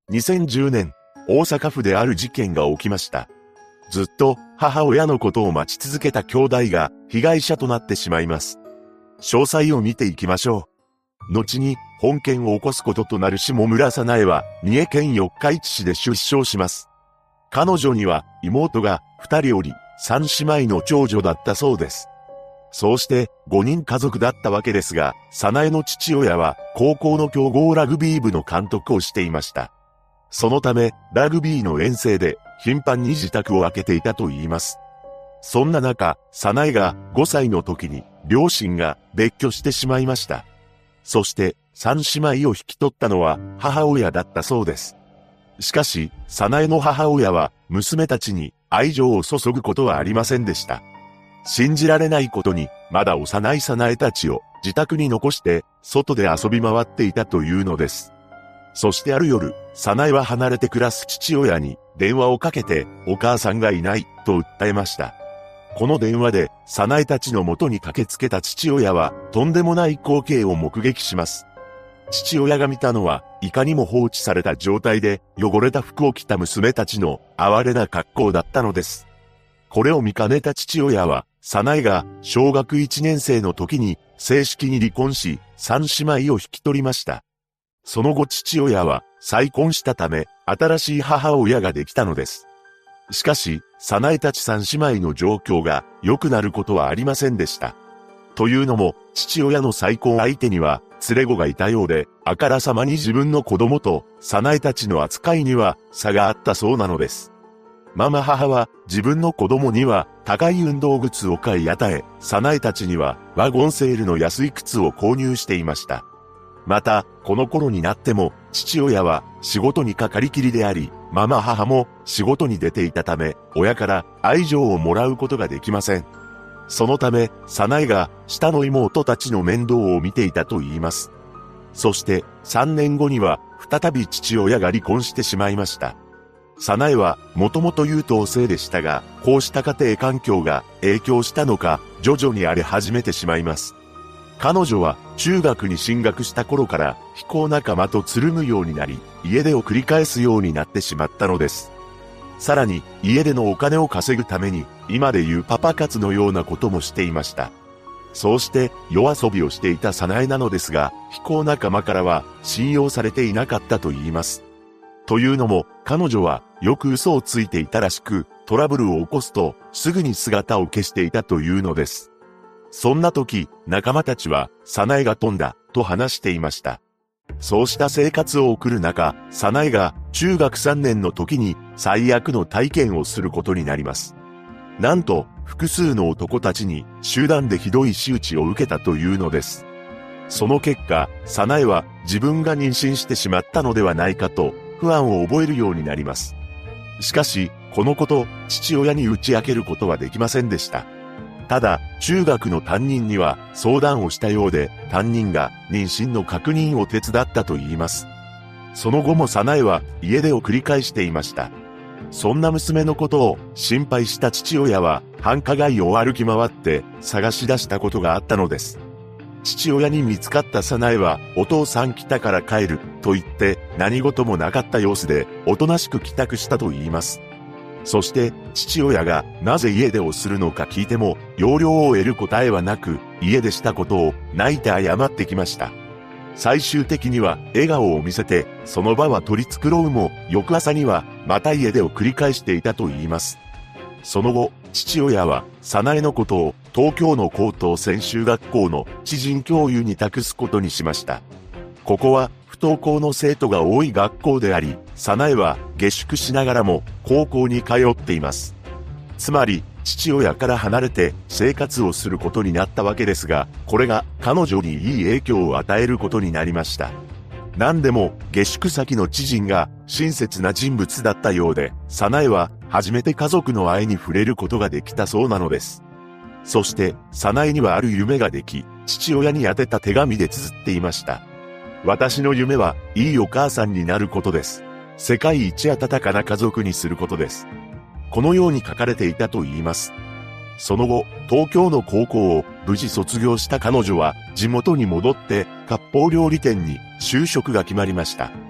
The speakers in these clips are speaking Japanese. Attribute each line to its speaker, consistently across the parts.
Speaker 1: 2010年、大阪府である事件が起きました。ずっと母親のことを待ち続けた兄弟が被害者となってしまいます。詳細を見ていきましょう。後に本件を起こすこととなる下村早苗は三重県四日市市で出生します。彼女には妹が2人おり、3姉妹の長女だったそうです。そうして5人家族だったわけですが、早苗の父親は高校の強豪ラグビー部の監督をしていました。そのため、ラグビーの遠征で頻繁に自宅を空けていたといいます。そんな中、早苗が5歳の時に両親が別居してしまいました。そして3姉妹を引き取ったのは母親だったそうです。しかし、早苗の母親は娘たちに愛情を注ぐことはありませんでした。信じられないことに、まだ幼い早苗たちを自宅に残して外で遊び回っていたというのです。そしてある夜、早苗は離れて暮らす父親に電話をかけてお母さんがいないと訴えました。この電話で早苗たちの元に駆けつけた父親はとんでもない光景を目撃します。父親が見たのはいかにも放置された状態で汚れた服を着た娘たちの哀れな格好だったのです。これを見かねた父親は早苗が小学1年生の時に正式に離婚し3姉妹を引き取りました。その後父親は再婚したため新しい母親ができたのです。しかし、早苗たち3姉妹の状況が良くなることはありませんでした。というのも、父親の再婚相手には連れ子がいたようで、あからさまに自分の子供と早苗たちの扱いには差があったそうなのです。ママ母は自分の子供には高い運動靴を買い与え、早苗たちにはワゴンセールの安い靴を購入していました。また、この頃になっても、父親は仕事にかかりきりであり、ママ母も仕事に出ていたため、親から愛情をもらうことができません。そのため、早苗が下の妹たちの面倒を見ていたと言います。そして、3年後には、再び父親が離婚してしまいました。早苗は、もともと優等生でしたが、こうした家庭環境が影響したのか、徐々に荒れ始めてしまいます。彼女は中学に進学した頃から非行仲間とつるむようになり、家出を繰り返すようになってしまったのです。さらに、家出のお金を稼ぐために、今でいうパパ活のようなこともしていました。そうして夜遊びをしていた早苗なのですが、非行仲間からは信用されていなかったと言います。というのも、彼女はよく嘘をついていたらしく、トラブルを起こすとすぐに姿を消していたというのです。そんな時、仲間たちは、早苗が飛んだ、と話していました。そうした生活を送る中、早苗が中学3年の時に最悪の体験をすることになります。なんと、複数の男たちに集団でひどい仕打ちを受けたというのです。その結果、早苗は自分が妊娠してしまったのではないかと不安を覚えるようになります。しかし、このこと、父親に打ち明けることはできませんでした。ただ、中学の担任には相談をしたようで、担任が妊娠の確認を手伝ったと言います。その後も早苗は家出を繰り返していました。そんな娘のことを心配した父親は繁華街を歩き回って探し出したことがあったのです。父親に見つかった早苗は、お父さん来たから帰ると言って何事もなかった様子でおとなしく帰宅したと言います。そして父親がなぜ家出をするのか聞いても要領を得る答えはなく、家出したことを泣いて謝ってきました。最終的には笑顔を見せてその場は取り繕うも、翌朝にはまた家出を繰り返していたと言います。その後、父親は早苗のことを東京の高等専修学校の知人教諭に託すことにしました。ここは不登校の生徒が多い学校であり、早苗は下宿しながらも高校に通っています。つまり、父親から離れて生活をすることになったわけですが、これが彼女にいい影響を与えることになりました。何でも下宿先の知人が親切な人物だったようで、早苗は初めて家族の愛に触れることができたそうなのです。そして、早苗にはある夢ができ、父親に宛てた手紙で綴っていました。私の夢はいいお母さんになることです。世界一温かな家族にすることです。このように書かれていたと言います。その後、東京の高校を無事卒業した彼女は地元に戻って割烹料理店に就職が決まりました。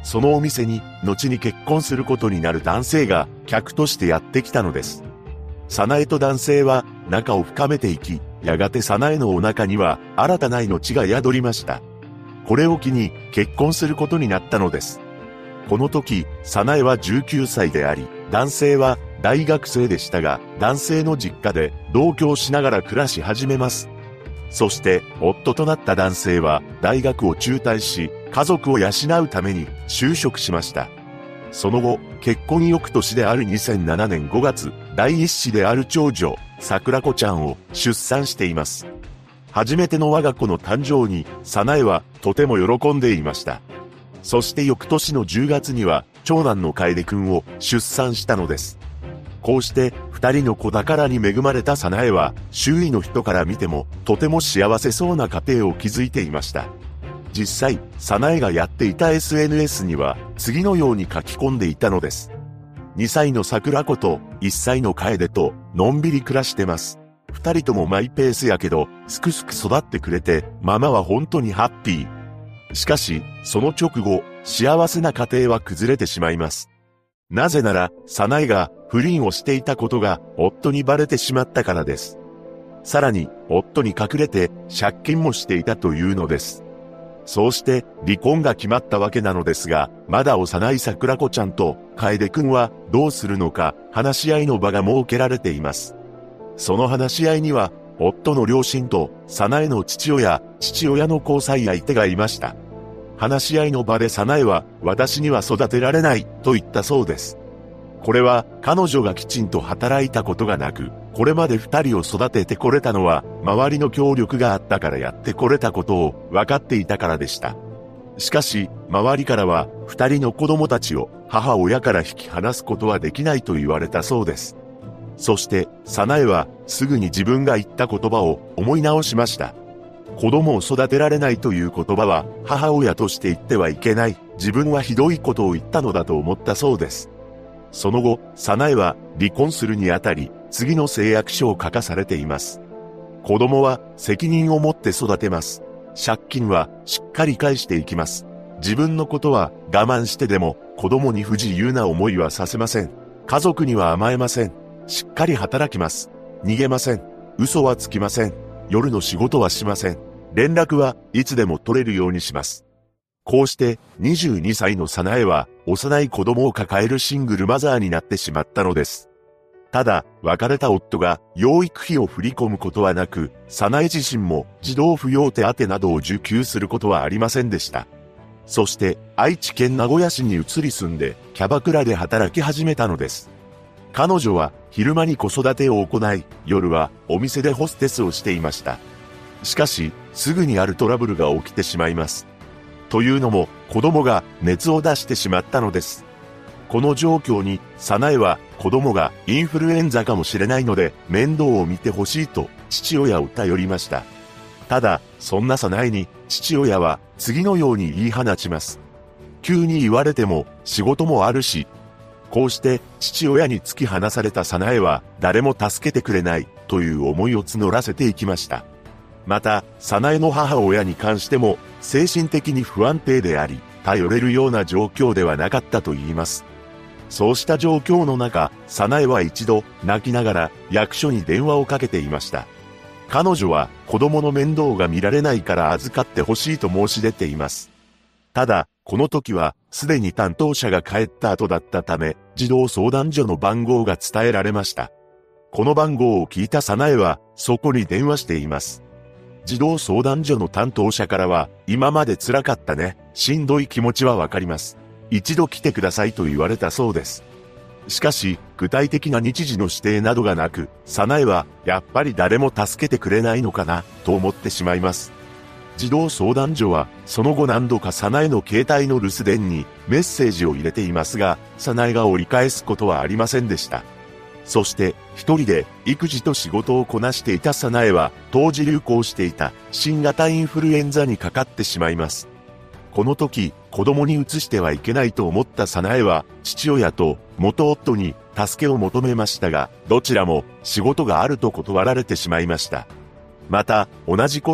Speaker 1: そのお店に、後に結婚することになる男性が、客としてやってきたのです。早苗と男性は、仲を深めていき、やがて早苗のお腹には、新たな命が宿りました。これを機に、結婚することになったのです。この時、早苗は19歳であり、男性は大学生でしたが、男性の実家で同居しながら暮らし始めます。そして、夫となった男性は、大学を中退し、家族を養うために就職しました。その後、結婚翌年である2007年5月、第一子である長女、桜子ちゃんを出産しています。初めての我が子の誕生に、早苗はとても喜んでいました。そして翌年の10月には、長男の楓くんを出産したのです。こうして二人の子宝に恵まれた早苗は、周囲の人から見ても、とても幸せそうな家庭を築いていました。実際、早苗がやっていた SNS には、次のように書き込んでいたのです。2歳の桜子と1歳の楓と、のんびり暮らしてます。二人ともマイペースやけど、すくすく育ってくれて、ママは本当にハッピー。しかし、その直後、幸せな家庭は崩れてしまいます。なぜなら、早苗が不倫をしていたことが夫にバレてしまったからです。さらに、夫に隠れて借金もしていたというのです。そうして離婚が決まったわけなのですが、まだ幼い桜子ちゃんと楓くんはどうするのか話し合いの場が設けられています。その話し合いには、夫の両親と早苗の父親の交際相手がいました。話し合いの場で早苗は、私には育てられないと言ったそうです。これは彼女がきちんと働いたことがなく、これまで二人を育ててこれたのは、周りの協力があったからやってこれたことを分かっていたからでした。しかし、周りからは、二人の子供たちを母親から引き離すことはできないと言われたそうです。そして、早苗は、すぐに自分が言った言葉を思い直しました。子供を育てられないという言葉は、母親として言ってはいけない、自分はひどいことを言ったのだと思ったそうです。その後、早苗は離婚するにあたり、次の誓約書を書かされています。子供は責任を持って育てます。借金はしっかり返していきます。自分のことは我慢してでも子供に不自由な思いはさせません。家族には甘えません。しっかり働きます。逃げません。嘘はつきません。夜の仕事はしません。連絡はいつでも取れるようにします。こうして22歳の早苗は幼い子供を抱えるシングルマザーになってしまったのです。ただ、別れた夫が養育費を振り込むことはなく、早苗自身も児童扶養手当などを受給することはありませんでした。そして愛知県名古屋市に移り住んでキャバクラで働き始めたのです。彼女は昼間に子育てを行い、夜はお店でホステスをしていました。しかし、すぐにあるトラブルが起きてしまいます。というのも、子供が熱を出してしまったのです。この状況に、早苗は子供がインフルエンザかもしれないので、面倒を見てほしいと父親を頼りました。ただ、そんな早苗に父親は次のように言い放ちます。急に言われても仕事もあるし。こうして父親に突き放された早苗は誰も助けてくれないという思いを募らせていきました。また、早苗の母親に関しても精神的に不安定であり、頼れるような状況ではなかったと言います。そうした状況の中、早苗は一度泣きながら役所に電話をかけていました。彼女は子供の面倒が見られないから預かってほしいと申し出ています。ただ、この時はすでに担当者が帰った後だったため、児童相談所の番号が伝えられました。この番号を聞いた早苗はそこに電話しています。児童相談所の担当者からは、今まで辛かったね、しんどい気持ちはわかります。一度来てくださいと言われたそうです。しかし、具体的な日時の指定などがなく、早苗は、やっぱり誰も助けてくれないのかな、と思ってしまいます。児童相談所は、その後何度か早苗の携帯の留守電にメッセージを入れていますが、早苗が折り返すことはありませんでした。そして、一人で育児と仕事をこなしていた早苗は、当時流行していた新型インフルエンザにかかってしまいます。この時、子供に移してはいけないと思った早苗は、父親と元夫に助けを求めましたが、どちらも仕事があると断られてしまいました。また、同じ頃に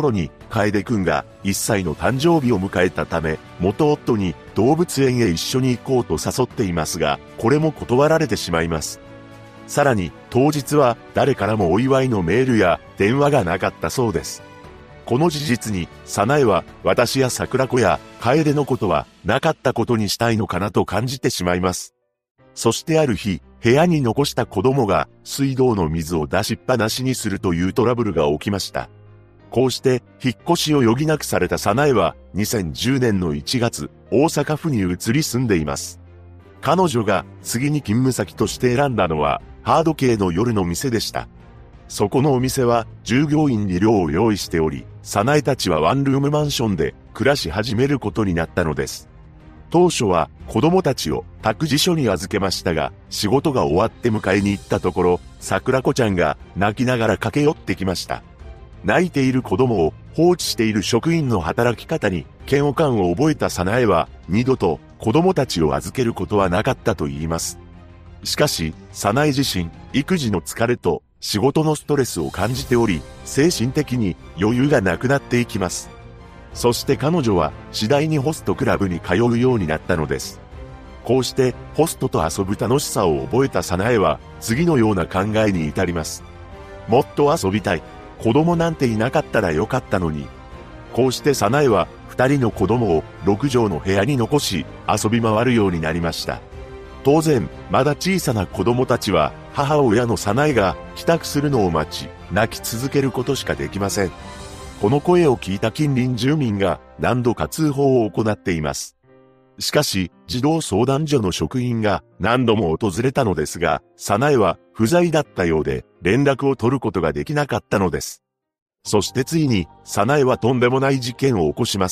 Speaker 1: 楓くんが1歳の誕生日を迎えたため、元夫に動物園へ一緒に行こうと誘っていますが、これも断られてしまいます。さらに、当日は誰からもお祝いのメールや電話がなかったそうです。この事実に、早苗は私や桜子や楓のことはなかったことにしたいのかなと感じてしまいます。そしてある日、部屋に残した子供が水道の水を出しっぱなしにするというトラブルが起きました。こうして引っ越しを余儀なくされた早苗は2010年の1月、大阪府に移り住んでいます。彼女が次に勤務先として選んだのはハード系の夜の店でした。そこのお店は従業員に寮を用意しており、早苗たちはワンルームマンションで暮らし始めることになったのです。当初は子供たちを託児所に預けましたが、仕事が終わって迎えに行ったところ、桜子ちゃんが泣きながら駆け寄ってきました。泣いている子供を放置している職員の働き方に嫌悪感を覚えた早苗は、二度と子供たちを預けることはなかったと言います。しかし、早苗自身、育児の疲れと仕事のストレスを感じており、精神的に余裕がなくなっていきます。そして彼女は次第にホストクラブに通うようになったのです。こうしてホストと遊ぶ楽しさを覚えた早苗は次のような考えに至ります。もっと遊びたい。子供なんていなかったらよかったのに。こうして早苗は2人の子供を6畳の部屋に残し遊び回るようになりました。当然、まだ小さな子供たちは母親の早苗が帰宅するのを待ち、泣き続けることしかできません。この声を聞いた近隣住民が何度か通報を行っています。しかし、児童相談所の職員が何度も訪れたのですが、早苗は不在だったようで連絡を取ることができなかったのです。そしてついに、早苗はとんでもない事件を起こします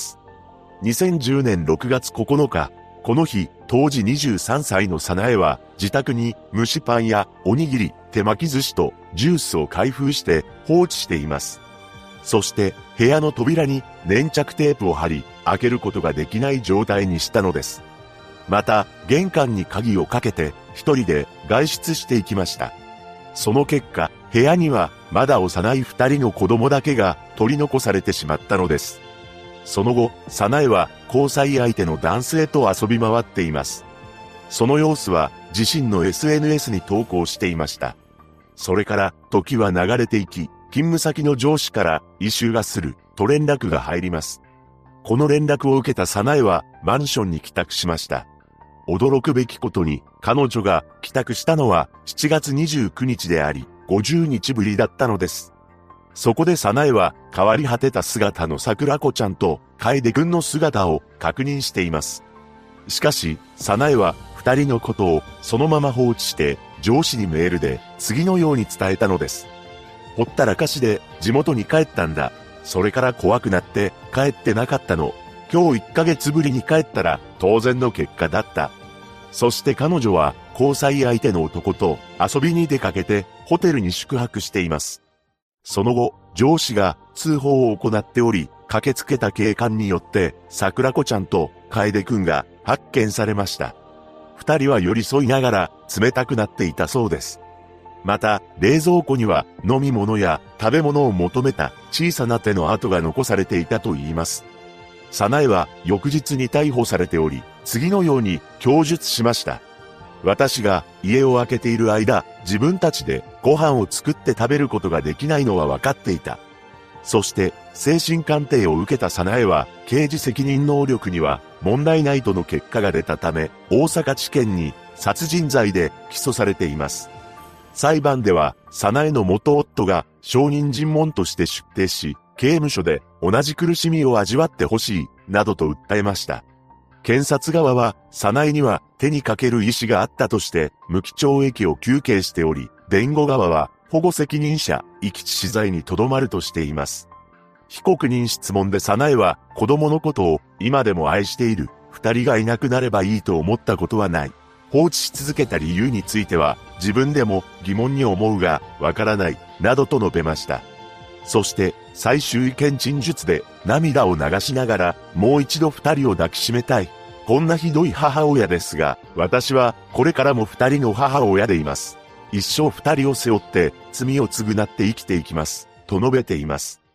Speaker 1: 。2010年6月9日、この日、当時23歳の早苗は自宅に蒸しパンやおにぎり、手巻き寿司とジュースを開封して放置しています。そして部屋の扉に粘着テープを貼り、開けることができない状態にしたのです。また、玄関に鍵をかけて一人で外出していきました。その結果、部屋にはまだ幼い2人の子供だけが取り残されてしまったのです。その後、早苗は交際相手の男性と遊び回っています。その様子は自身の SNS に投稿していました。それから時は流れていき、勤務先の上司から異臭がすると連絡が入ります。この連絡を受けた早苗はマンションに帰宅しました。驚くべきことに彼女が帰宅したのは7月29日であり、50日ぶりだったのです。そこで早苗は変わり果てた姿の桜子ちゃんと楓くんの姿を確認しています。しかし、早苗は二人のことをそのまま放置して上司にメールで次のように伝えたのです。ほったらかしで地元に帰ったんだ。それから怖くなって帰ってなかったの。今日1ヶ月ぶりに帰ったら当然の結果だった。そして彼女は交際相手の男と遊びに出かけてホテルに宿泊しています。その後、上司が通報を行っており、駆けつけた警官によって桜子ちゃんと楓くんが発見されました。二人は寄り添いながら冷たくなっていたそうです。また、冷蔵庫には飲み物や食べ物を求めた小さな手の跡が残されていたといいます。早苗は翌日に逮捕されており、次のように供述しました。私が家を空けている間、自分たちでご飯を作って食べることができないのは分かっていた。そして、精神鑑定を受けた早苗は、刑事責任能力には問題ないとの結果が出たため、大阪地検に殺人罪で起訴されています。裁判では、早苗の元夫が証人尋問として出廷し、刑務所で同じ苦しみを味わってほしい、などと訴えました。検察側は、早苗には手にかける意思があったとして、無期懲役を求刑しており、弁護側は、保護責任者、遺棄致死罪にとどまるとしています。被告人質問で早苗は、子供のことを今でも愛している、二人がいなくなればいいと思ったことはない。放置し続けた理由については、自分でも疑問に思うが、わからない、などと述べました。そして、最終意見陳述で涙を流しながら、もう一度二人を抱きしめたい。こんなひどい母親ですが、私はこれからも二人の母親でいます。一生二人を背負って罪を償って生きていきます。と述べています。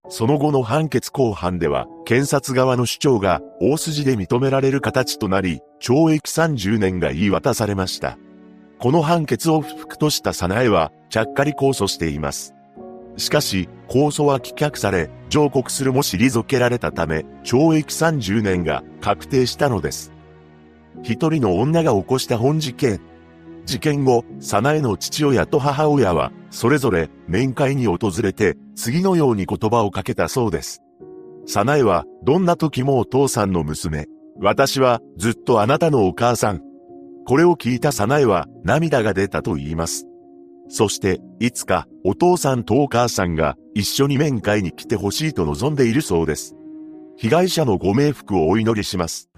Speaker 1: その後の判決公判では、検察側の主張が大筋で認められる形となり、懲役30年が言い渡されました。この判決を不服とした早苗は、ちゃっかり控訴しています。しかし、控訴は棄却され、上告するも退けられたため、懲役30年が確定したのです。一人の女が起こした本事件。事件後、早苗の父親と母親は、それぞれ面会に訪れて、次のように言葉をかけたそうです。早苗は、どんな時もお父さんの娘。私は、ずっとあなたのお母さん。これを聞いた早苗は、涙が出たと言います。そして、いつか、お父さんとお母さんが、一緒に面会に来てほしいと望んでいるそうです。被害者のご冥福をお祈りします。